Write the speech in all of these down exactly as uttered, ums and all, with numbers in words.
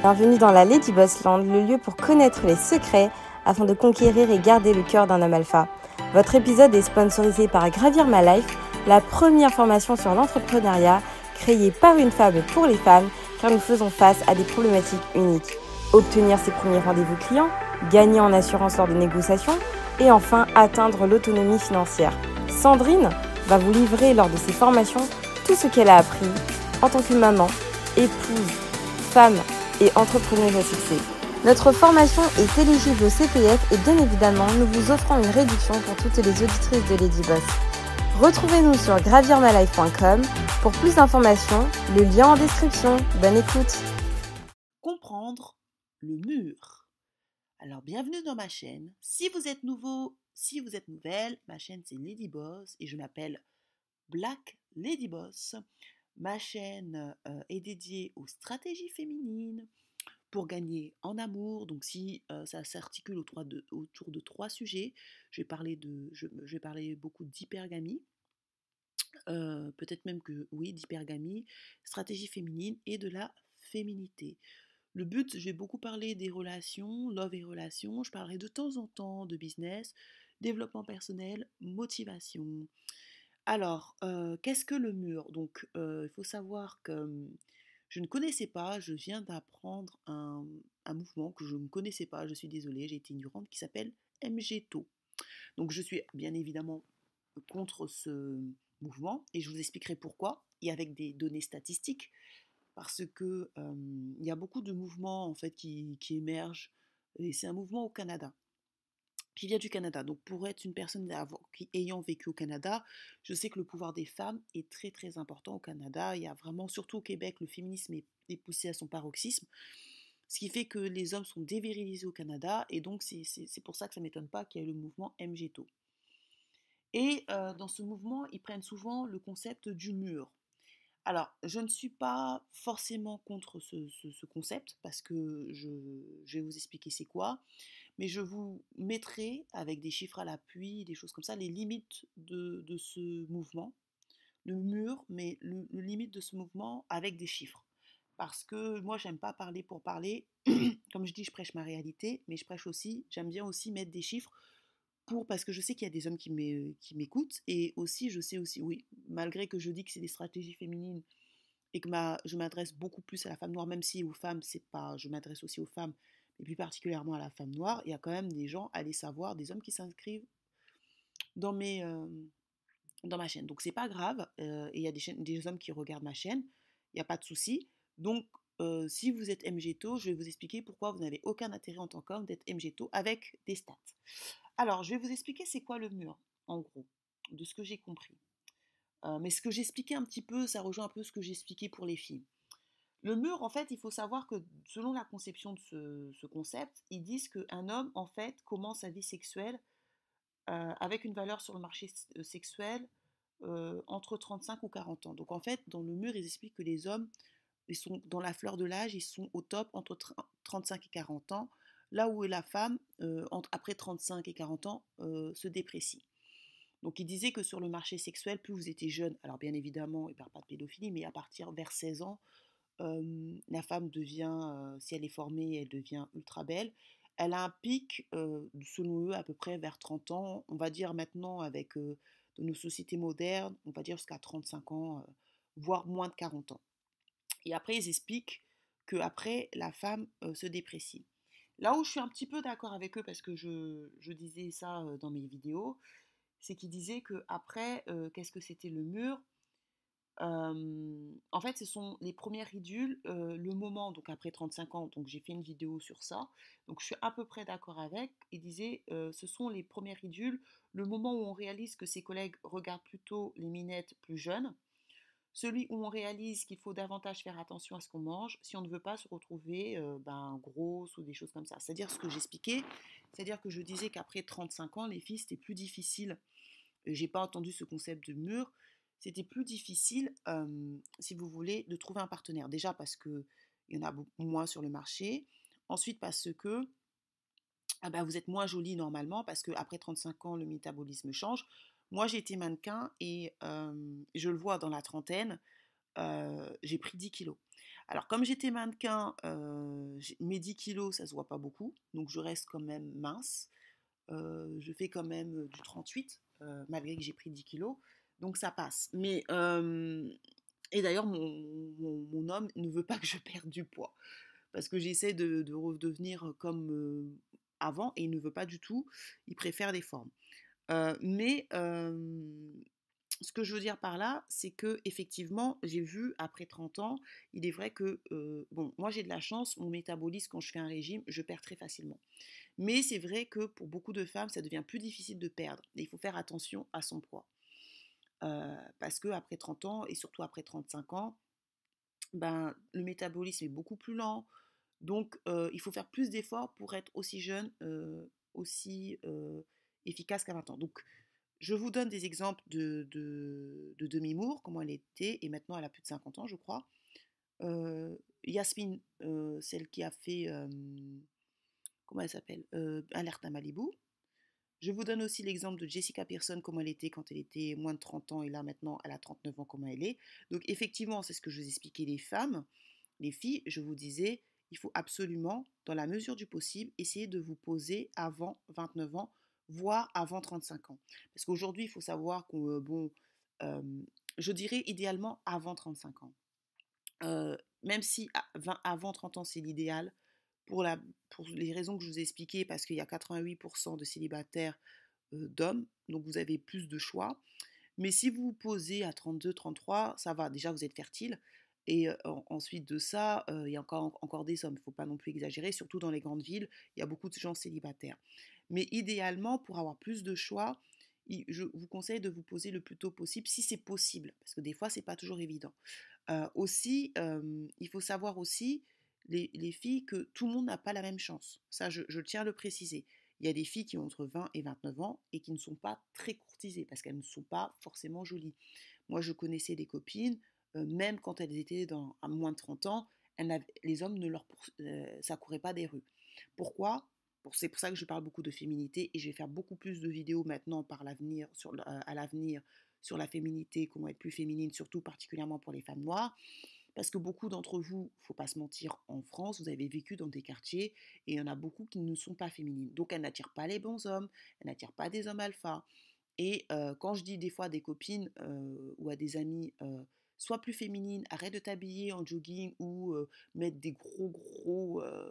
Bienvenue dans la Lady Boss Land, le lieu pour connaître les secrets afin de conquérir et garder le cœur d'un homme alpha. Votre épisode est sponsorisé par Gravir My Life, la première formation sur l'entrepreneuriat créée par une femme et pour les femmes, car nous faisons face à des problématiques uniques. Obtenir ses premiers rendez-vous clients, gagner en assurance lors de négociations et enfin atteindre l'autonomie financière. Sandrine va vous livrer lors de ses formations tout ce qu'elle a appris en tant que maman, épouse, femme et entrepreneuse à succès. Notre formation est éligible au C P F et bien évidemment, nous vous offrons une réduction pour toutes les auditrices de Lady Boss. Retrouvez-nous sur gravir my life point com pour plus d'informations, le lien en description. Bonne écoute. Comprendre le mur. Alors, bienvenue dans ma chaîne. Si vous êtes nouveau, si vous êtes nouvelle, ma chaîne c'est Lady Boss et je m'appelle Black Lady Boss. Ma chaîne euh, est dédiée aux stratégies féminines pour gagner en amour. Donc, si euh, ça s'articule autour de, autour de trois sujets, je vais parler, de, je, je vais parler beaucoup d'hypergamie, euh, peut-être même que oui, d'hypergamie, stratégie féminine et de la féminité. Le but, je vais beaucoup parler des relations, love et relations. Je parlerai de temps en temps de business, développement personnel, motivation. Alors, euh, qu'est-ce que le mur? Donc, euh, il faut savoir que hum, je ne connaissais pas, je viens d'apprendre un, un mouvement que je ne connaissais pas, je suis désolée, j'ai été ignorante, qui s'appelle M G T O. Donc, je suis bien évidemment contre ce mouvement et je vous expliquerai pourquoi, et avec des données statistiques, parce que euh, il y a beaucoup de mouvements en fait qui, qui émergent, et c'est un mouvement au Canada qui vient du Canada. Donc pour être une personne qui, ayant vécu au Canada, je sais que le pouvoir des femmes est très très important au Canada. Il y a vraiment, surtout au Québec, le féminisme est, est poussé à son paroxysme, ce qui fait que les hommes sont dévirilisés au Canada, et donc c'est, c'est, c'est pour ça que ça ne m'étonne pas qu'il y ait le mouvement M G T O. Et euh, dans ce mouvement, ils prennent souvent le concept du mur. Alors, je ne suis pas forcément contre ce, ce- ce concept, parce que je, je vais vous expliquer c'est quoi, mais je vous mettrai avec des chiffres à l'appui, des choses comme ça, les limites de, de ce mouvement, le mur, mais le, le limite de ce mouvement avec des chiffres. Parce que moi, j'aime pas parler pour parler. Comme je dis, je prêche ma réalité, mais je prêche aussi, j'aime bien aussi mettre des chiffres pour, parce que je sais qu'il y a des hommes qui m'é- qui m'écoutent, et aussi, je sais aussi, oui, malgré que je dis que c'est des stratégies féminines et que ma, je m'adresse beaucoup plus à la femme noire, même si aux femmes, c'est pas, je m'adresse aussi aux femmes, mais plus particulièrement à la femme noire, il y a quand même des gens, allez savoir, des hommes qui s'inscrivent dans, mes, euh, dans ma chaîne. Donc c'est pas grave, euh, et il y a des, chaînes, des hommes qui regardent ma chaîne, il n'y a pas de souci. Donc euh, si vous êtes M G T O, je vais vous expliquer pourquoi vous n'avez aucun intérêt en tant qu'homme d'être M G T O avec des stats. Alors je vais vous expliquer c'est quoi le mur, en gros, de ce que j'ai compris. Euh, mais ce que j'expliquais un petit peu, ça rejoint un peu ce que j'expliquais pour les filles. Le mur, en fait, il faut savoir que selon la conception de ce, ce concept, ils disent qu'un homme, en fait, commence sa vie sexuelle euh, avec une valeur sur le marché euh, sexuel euh, entre trente-cinq ou quarante ans. Donc, en fait, dans le mur, ils expliquent que les hommes, ils sont dans la fleur de l'âge, ils sont au top entre trente-cinq et quarante ans, là où la femme, euh, entre, après trente-cinq et quarante ans, euh, se déprécie. Donc, il disait que sur le marché sexuel, plus vous étiez jeune, alors bien évidemment, il ne parle pas de pédophilie, mais à partir vers seize ans, euh, la femme devient, euh, si elle est formée, elle devient ultra belle. Elle a un pic, euh, selon eux, à peu près vers trente ans. On va dire maintenant, avec euh, de nos sociétés modernes, on va dire jusqu'à trente-cinq ans, euh, voire moins de quarante ans. Et après, ils expliquent qu'après, la femme euh, se déprécie. Là où je suis un petit peu d'accord avec eux, parce que je, je disais ça euh, dans mes vidéos, c'est qu'ils disaient qu'après, euh, qu'est-ce que c'était le mur? Euh, en fait, ce sont les premières ridules, euh, le moment, donc après trente-cinq ans, donc j'ai fait une vidéo sur ça, donc je suis à peu près d'accord avec. Il disait, euh, ce sont les premières ridules, le moment où on réalise que ses collègues regardent plutôt les minettes plus jeunes, celui où on réalise qu'il faut davantage faire attention à ce qu'on mange si on ne veut pas se retrouver euh, ben, grosse ou des choses comme ça. C'est-à-dire ce que j'expliquais, c'est-à-dire que je disais qu'après trente-cinq ans, les filles, c'était plus difficile. J'ai pas entendu ce concept de mur. C'était plus difficile, euh, si vous voulez, de trouver un partenaire. Déjà parce que il y en a beaucoup moins sur le marché. Ensuite parce que ah bah, vous êtes moins jolie normalement, parce qu'après trente-cinq ans, le métabolisme change. Moi, j'ai été mannequin et euh, je le vois dans la trentaine, euh, j'ai pris dix kilos. Alors, comme j'étais mannequin, euh, j'ai- mes dix kilos, ça se voit pas beaucoup, donc je reste quand même mince. Euh, je fais quand même euh, du trente-huit, euh, malgré que j'ai pris dix kilos, donc ça passe. Mais, euh, et d'ailleurs, mon, mon- mon homme ne veut pas que je perde du poids, parce que j'essaie de, de redevenir comme euh, avant, et il ne veut pas du tout, il préfère des formes. Euh, mais euh, ce que je veux dire par là, c'est que effectivement, j'ai vu après trente ans, il est vrai que euh, bon, moi j'ai de la chance, mon métabolisme quand je fais un régime, je perds très facilement. Mais c'est vrai que pour beaucoup de femmes, ça devient plus difficile de perdre. Et il faut faire attention à son poids. Euh, parce que après trente ans et surtout après trente-cinq ans, ben, le métabolisme est beaucoup plus lent. Donc euh, il faut faire plus d'efforts pour être aussi jeune, euh, aussi euh, efficace qu'à vingt ans. Donc je vous donne des exemples de, de, de Demi Moore, comment elle était, et maintenant elle a plus de cinquante ans, je crois. Euh, Yasmine, euh, celle qui a fait, euh, comment elle s'appelle, euh, Alerte à Malibu. Je vous donne aussi l'exemple de Jessica Pearson, comment elle était quand elle était moins de trente ans, et là maintenant elle a trente-neuf ans, comment elle est. Donc effectivement, c'est ce que je vous expliquais, les femmes, les filles, je vous disais, il faut absolument, dans la mesure du possible, essayer de vous poser avant vingt-neuf ans, voire avant trente-cinq ans. Parce qu'aujourd'hui, il faut savoir qu'on, euh, bon, euh, je dirais idéalement avant trente-cinq ans. Euh, même si à vingt avant trente ans, c'est l'idéal, pour, la, pour les raisons que je vous ai expliquées, parce qu'il y a quatre-vingt-huit pour cent de célibataires euh, d'hommes, donc vous avez plus de choix. Mais si vous vous posez à trente-deux, trente-trois, ça va, déjà vous êtes fertile. Et euh, en- ensuite de ça, euh, il y a encore, encore des hommes, il ne faut pas non plus exagérer, surtout dans les grandes villes, il y a beaucoup de gens célibataires. Mais idéalement, pour avoir plus de choix, il- je vous conseille de vous poser le plus tôt possible, si c'est possible, parce que des fois, c'est pas toujours évident. Euh, aussi, euh, il faut savoir aussi, les, les filles, que tout le monde n'a pas la même chance. Ça, je, je tiens à le préciser. Il y a des filles qui ont entre vingt et vingt-neuf ans et qui ne sont pas très courtisées parce qu'elles ne sont pas forcément jolies. Moi, je connaissais des copines, euh, même quand elles étaient dans, à moins de trente ans, elles n'avaient- les hommes ne leur pour- euh, ça courait pas des rues. Pourquoi? Bon, c'est pour ça que je parle beaucoup de féminité et je vais faire beaucoup plus de vidéos maintenant par l'avenir, sur, le- euh, à l'avenir sur la féminité, comment être plus féminine, surtout particulièrement pour les femmes noires. Parce que beaucoup d'entre vous, faut pas se mentir, en France, vous avez vécu dans des quartiers et il y en a beaucoup qui ne sont pas féminines. Donc elles n'attirent pas les bons hommes, elles n'attirent pas des hommes alpha. Et euh, quand je dis des fois à des copines euh, ou à des amis, euh, sois plus féminine, arrête de t'habiller en jogging ou euh, mettre des gros gros euh,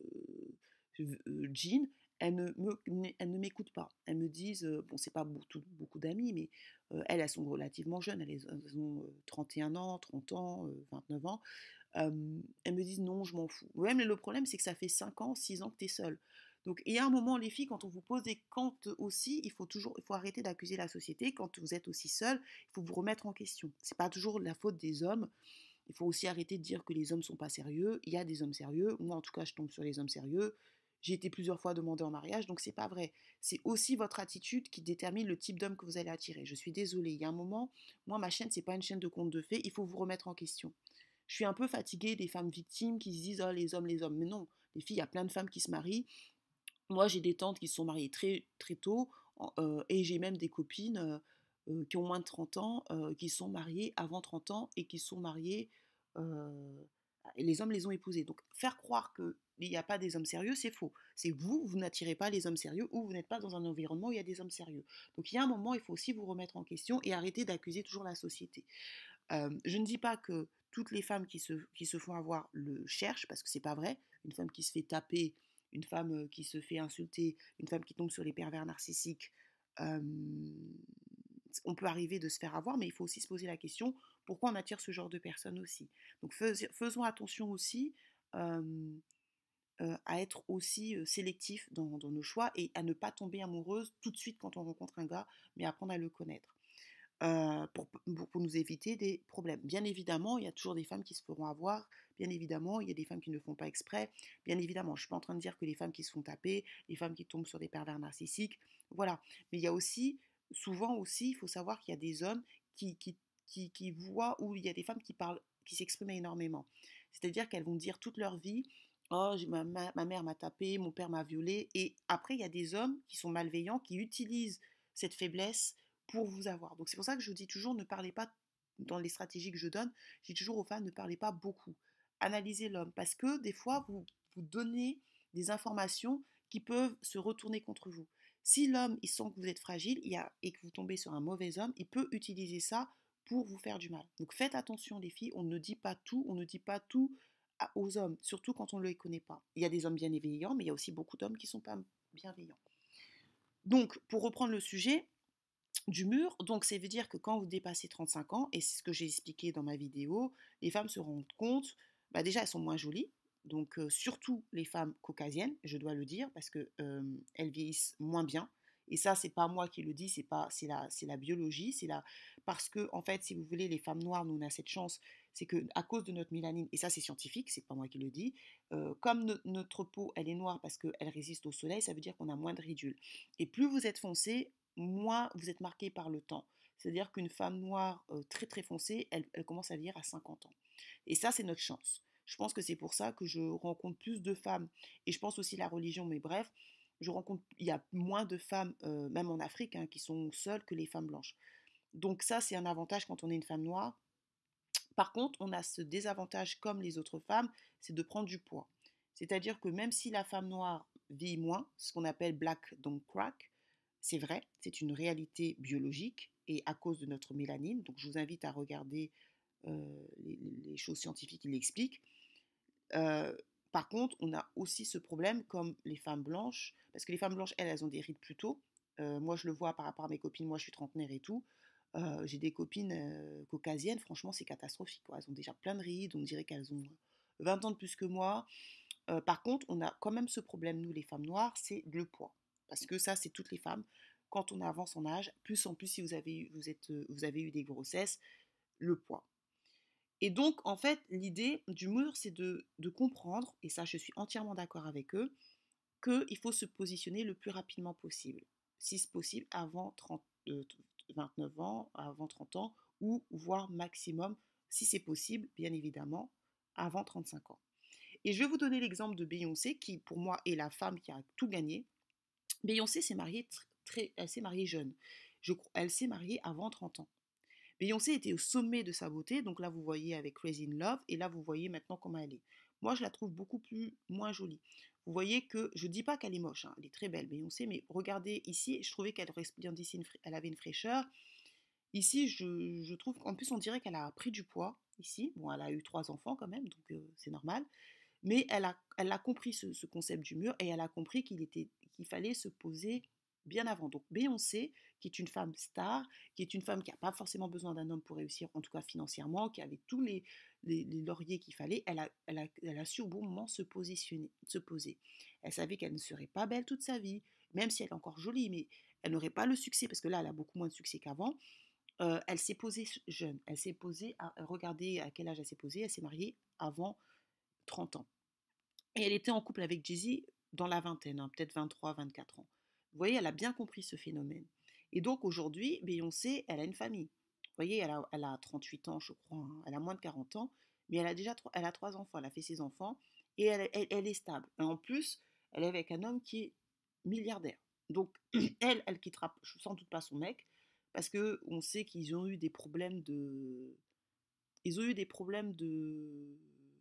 euh, jeans, elles ne, me, elles ne m'écoutent pas. Elles me disent, euh, bon, c'est pas beaucoup, beaucoup d'amis, mais euh, elles, elles sont relativement jeunes, elles, elles ont euh, trente et un ans, trente ans, euh, vingt-neuf ans. Euh, elles me disent non, je m'en fous. Ouais, mais le problème, c'est que ça fait cinq ans, six ans que tu es seule. Donc, il y a un moment, les filles, quand on vous pose des quand aussi, il faut toujours, il faut arrêter d'accuser la société. Quand vous êtes aussi seule, il faut vous remettre en question. C'est pas toujours la faute des hommes. Il faut aussi arrêter de dire que les hommes sont pas sérieux. Il y a des hommes sérieux. Moi, en tout cas, je tombe sur les hommes sérieux. J'ai été plusieurs fois demandée en mariage, donc c'est pas vrai. C'est aussi votre attitude qui détermine le type d'homme que vous allez attirer. Je suis désolée. Il y a un moment, moi, ma chaîne, c'est pas une chaîne de contes de fées. Il faut vous remettre en question. Je suis un peu fatiguée des femmes victimes qui se disent oh, les hommes, les hommes. Mais non, les filles, il y a plein de femmes qui se marient. Moi, j'ai des tantes qui se sont mariées très, très tôt, euh, et j'ai même des copines euh, euh, qui ont moins de trente ans, euh, qui sont mariées avant trente ans et qui sont mariées. euh, et les hommes les ont épousées. Donc, faire croire qu'il n'y a pas des hommes sérieux, c'est faux. C'est que vous, vous n'attirez pas les hommes sérieux ou vous n'êtes pas dans un environnement où il y a des hommes sérieux. Donc, il y a un moment, il faut aussi vous remettre en question et arrêter d'accuser toujours la société. Euh, je ne dis pas que toutes les femmes qui se, qui se font avoir le cherchent, parce que c'est pas vrai. Une femme qui se fait taper, une femme euh, qui se fait insulter, une femme qui tombe sur les pervers narcissiques, euh, on peut arriver de se faire avoir, mais il faut aussi se poser la question pourquoi on attire ce genre de personnes aussi. Donc fais, faisons attention aussi euh, euh, à être aussi euh, sélectif dans, dans nos choix et à ne pas tomber amoureuse tout de suite quand on rencontre un gars, mais apprendre à le connaître euh, pour, pour, pour nous éviter des problèmes. Bien évidemment, il y a toujours des femmes qui se feront avoir. Bien évidemment, il y a des femmes qui ne font pas exprès. Bien évidemment, je ne suis pas en train de dire que les femmes qui se font taper, les femmes qui tombent sur des pervers narcissiques, voilà. Mais il y a aussi, souvent aussi, il faut savoir qu'il y a des hommes qui, qui, qui, qui voient, ou il y a des femmes qui parlent, qui s'expriment énormément. C'est-à-dire qu'elles vont dire toute leur vie, oh, ma, ma, ma mère m'a tapé, mon père m'a violé. Et après, il y a des hommes qui sont malveillants, qui utilisent cette faiblesse pour vous avoir. Donc c'est pour ça que je vous dis toujours, ne parlez pas, dans les stratégies que je donne, je dis toujours aux femmes, ne parlez pas beaucoup. analyser l'homme. Parce que des fois, vous, vous donnez des informations qui peuvent se retourner contre vous. Si l'homme, il sent que vous êtes fragile il y a, et que vous tombez sur un mauvais homme, il peut utiliser ça pour vous faire du mal. Donc faites attention les filles, on ne dit pas tout, on ne dit pas tout aux hommes, surtout quand on ne les connaît pas. Il y a des hommes bienveillants, mais il y a aussi beaucoup d'hommes qui ne sont pas bienveillants. Donc, pour reprendre le sujet du mur, donc ça veut dire que quand vous dépassez trente-cinq ans, et c'est ce que j'ai expliqué dans ma vidéo, les femmes se rendent compte, bah déjà elles sont moins jolies, donc euh, surtout les femmes caucasiennes, je dois le dire, parce qu'elles euh, vieillissent moins bien. Et ça, c'est pas moi qui le dis, c'est pas, c'est la, c'est la biologie, c'est la, parce que en fait, si vous voulez, les femmes noires, nous on a cette chance, c'est que à cause de notre mélanine, et ça c'est scientifique, c'est pas moi qui le dis, euh, comme no- notre peau elle est noire parce qu'elle résiste au soleil, ça veut dire qu'on a moins de ridules. Et plus vous êtes foncé, moins vous êtes marqué par le temps. C'est-à-dire qu'une femme noire euh, très très foncée, elle, elle commence à vieillir à cinquante ans. Et ça, c'est notre chance. Je pense que c'est pour ça que je rencontre plus de femmes, et je pense aussi la religion, mais bref, je rencontre, il y a moins de femmes, euh, même en Afrique, hein, qui sont seules que les femmes blanches. Donc ça, c'est un avantage quand on est une femme noire. Par contre, on a ce désavantage comme les autres femmes, c'est de prendre du poids. C'est-à-dire que même si la femme noire vit moins, ce qu'on appelle black don't crack, c'est vrai, c'est une réalité biologique et à cause de notre mélanine. Donc je vous invite à regarder euh, les, les choses scientifiques qui l'expliquent. Euh, par contre, on a aussi ce problème comme les femmes blanches, parce que les femmes blanches, elles, elles ont des rides plus tôt. Euh, moi, je le vois par rapport à mes copines, moi je suis trentenaire et tout. Euh, j'ai des copines euh, caucasiennes, franchement, c'est catastrophique, quoi. Elles ont déjà plein de rides, on dirait qu'elles ont vingt ans de plus que moi. Euh, par contre, on a quand même ce problème, nous, les femmes noires, c'est le poids. Parce que ça, c'est toutes les femmes. Quand on avance en âge, plus en plus si vous avez eu, vous êtes, euh, vous avez eu des grossesses, le poids. Et donc, en fait, l'idée du mur, c'est de, de comprendre, et ça, je suis entièrement d'accord avec eux, qu'il faut se positionner le plus rapidement possible. Si c'est possible, avant trente, euh, vingt-neuf ans, avant trente ans, ou voire maximum, si c'est possible, bien évidemment, avant trente-cinq ans. Et je vais vous donner l'exemple de Beyoncé, qui pour moi est la femme qui a tout gagné. Beyoncé s'est mariée, très, elle s'est mariée jeune. Je, elle s'est mariée avant trente ans. Beyoncé était au sommet de sa beauté, donc là vous voyez avec Crazy in Love, et là vous voyez maintenant comment elle est. Moi je la trouve beaucoup plus moins jolie. Vous voyez que, je dis pas qu'elle est moche, hein, elle est très belle Beyoncé, mais regardez ici, je trouvais qu'elle resplendissait, elle avait une fraîcheur. Ici je, je trouve qu'en plus on dirait qu'elle a pris du poids, ici. Bon, elle a eu trois enfants quand même, donc euh, c'est normal. Mais elle a, elle a compris ce, ce concept du mur et elle a compris qu'il était, qu'il fallait se poser bien avant. Donc Beyoncé, qui est une femme star, qui est une femme qui n'a pas forcément besoin d'un homme pour réussir, en tout cas financièrement, qui avait tous les, les, les lauriers qu'il fallait, elle a, elle, a, elle a su au bon moment se positionner, se poser. Elle savait qu'elle ne serait pas belle toute sa vie, même si elle est encore jolie, mais elle n'aurait pas le succès, parce que là, elle a beaucoup moins de succès qu'avant. Euh, elle s'est posée jeune, elle s'est posée, à, regardez à quel âge elle s'est posée, elle s'est mariée avant trente ans. Et elle était en couple avec Jay-Z dans la vingtaine, hein, peut-être vingt-trois, vingt-quatre ans. Vous voyez, elle a bien compris ce phénomène. Et donc aujourd'hui, Beyoncé, elle a une famille. Vous voyez, elle a, elle a trente-huit ans, je crois, hein, elle a moins de quarante ans, mais elle a déjà trois, elle a trois enfants, elle a fait ses enfants, et elle, elle, elle est stable. Et en plus, elle est avec un homme qui est milliardaire. Donc elle, elle quittera sans doute pas son mec, parce qu'on sait qu'ils ont eu des problèmes de... Ils ont eu des problèmes de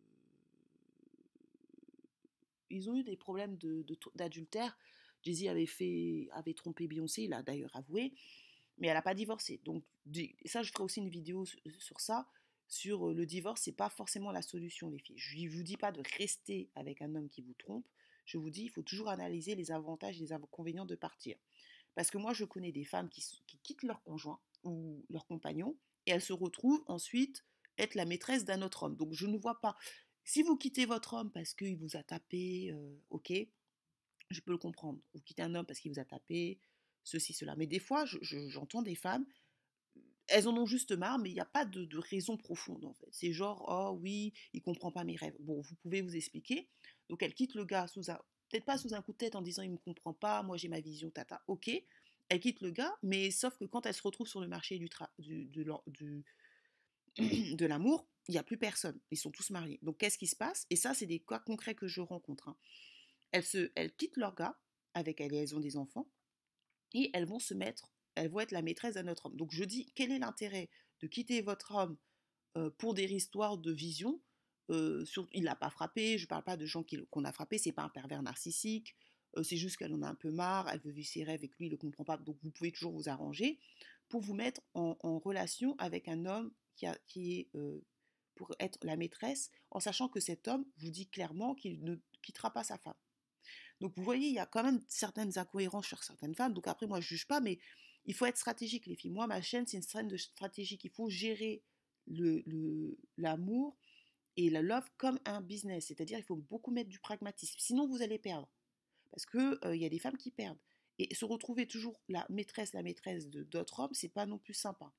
ils ont eu des problèmes de, de, d'adultère. Jay-Z avait, fait, avait trompé Beyoncé, il a d'ailleurs avoué, mais elle n'a pas divorcé. Donc ça, je ferai aussi une vidéo sur ça, sur le divorce, c'est pas forcément la solution, les filles. Je ne vous dis pas de rester avec un homme qui vous trompe, je vous dis, il faut toujours analyser les avantages et les inconvénients de partir. Parce que moi, je connais des femmes qui, qui quittent leur conjoint ou leur compagnon, et elles se retrouvent ensuite être la maîtresse d'un autre homme. Donc je ne vois pas... Si vous quittez votre homme parce qu'il vous a tapé, euh, ok, je peux le comprendre. Vous quittez un homme parce qu'il vous a tapé, ceci, cela. Mais des fois, je, je, j'entends des femmes, elles en ont juste marre, mais il n'y a pas de, de raison profonde en fait. C'est genre, oh oui, il comprend pas mes rêves. Bon, vous pouvez vous expliquer. Donc elle quitte le gars sous un, peut-être pas sous un coup de tête en disant il me comprend pas, moi j'ai ma vision, tata. Ok, elle quitte le gars, mais sauf que quand elle se retrouve sur le marché du, tra- du, du, du de l'amour, il n'y a plus personne. Ils sont tous mariés. Donc, qu'est-ce qui se passe? Et ça, c'est des cas concrets que je rencontre. Hein. Elles, se, elles quittent leur gars, avec elles, elles ont des enfants, et elles vont se mettre, elles vont être la maîtresse d'un autre homme. Donc, je dis, quel est l'intérêt de quitter votre homme euh, pour des histoires de vision euh, sur, il l'a pas frappé, je parle pas de gens qui, qu'on a frappé, c'est pas un pervers narcissique, euh, c'est juste qu'elle en a un peu marre, elle veut vivre ses rêves avec lui, il le comprend pas, donc vous pouvez toujours vous arranger pour vous mettre en, en relation avec un homme qui, a, qui est euh, pour être la maîtresse, en sachant que cet homme vous dit clairement qu'il ne quittera pas sa femme. Donc vous voyez, il y a quand même certaines incohérences sur certaines femmes. Donc après, moi, je ne juge pas, mais il faut être stratégique, les filles. Moi, ma chaîne, c'est une chaîne de stratégique. Il faut gérer le, le, l'amour et la love comme un business. C'est-à-dire, il faut beaucoup mettre du pragmatisme. Sinon, vous allez perdre. Parce qu'il euh, y a des femmes qui perdent. Et se retrouver toujours la maîtresse, la maîtresse de, d'autres hommes, c'est pas non plus sympa.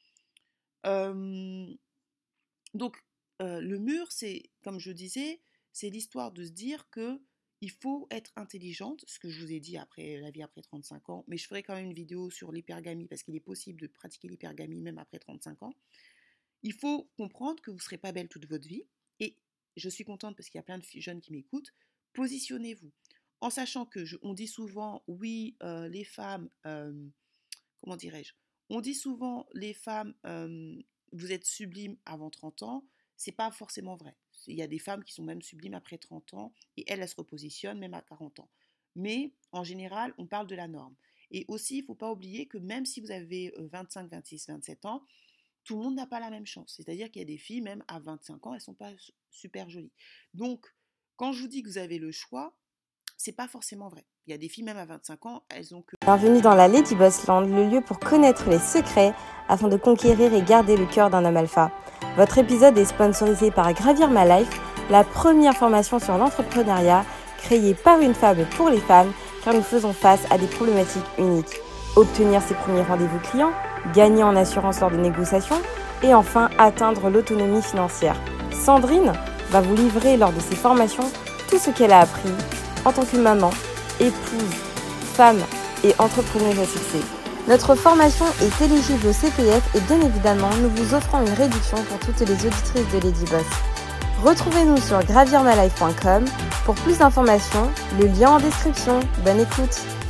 Euh, donc, euh, le mur, c'est, comme je disais, c'est l'histoire de se dire que il faut être intelligente, ce que je vous ai dit après la vie après trente-cinq ans, mais je ferai quand même une vidéo sur l'hypergamie parce qu'il est possible de pratiquer l'hypergamie même après trente-cinq ans. Il faut comprendre que vous ne serez pas belle toute votre vie et je suis contente parce qu'il y a plein de jeunes qui m'écoutent. Positionnez-vous en sachant que je, on dit souvent oui euh, les femmes, euh, comment dirais-je, on dit souvent les femmes euh, vous êtes sublimes avant trente ans, c'est pas forcément vrai. Il y a des femmes qui sont même sublimes après trente ans et elles, elles se repositionnent même à quarante ans. Mais en général, on parle de la norme. Et aussi, il ne faut pas oublier que même si vous avez vingt-cinq, vingt-six, vingt-sept ans, tout le monde n'a pas la même chance. C'est-à-dire qu'il y a des filles, même à vingt-cinq ans, elles ne sont pas super jolies. Donc, quand je vous dis que vous avez le choix, c'est pas forcément vrai. Il y a des filles, même à vingt-cinq ans, elles ont que... Bienvenue dans la Lady Boss Land, le lieu pour connaître les secrets afin de conquérir et garder le cœur d'un homme alpha. Votre épisode est sponsorisé par Gravir My Life, la première formation sur l'entrepreneuriat créée par une femme pour les femmes, car nous faisons face à des problématiques uniques. Obtenir ses premiers rendez-vous clients, gagner en assurance lors de négociations et enfin atteindre l'autonomie financière. Sandrine va vous livrer lors de ses formations tout ce qu'elle a appris en tant que maman, épouse, femme et entrepreneuse à succès. Notre formation est éligible au C P F et bien évidemment, nous vous offrons une réduction pour toutes les auditrices de Lady Boss. Retrouvez-nous sur gravir my life point com pour plus d'informations, le lien en description. Bonne écoute!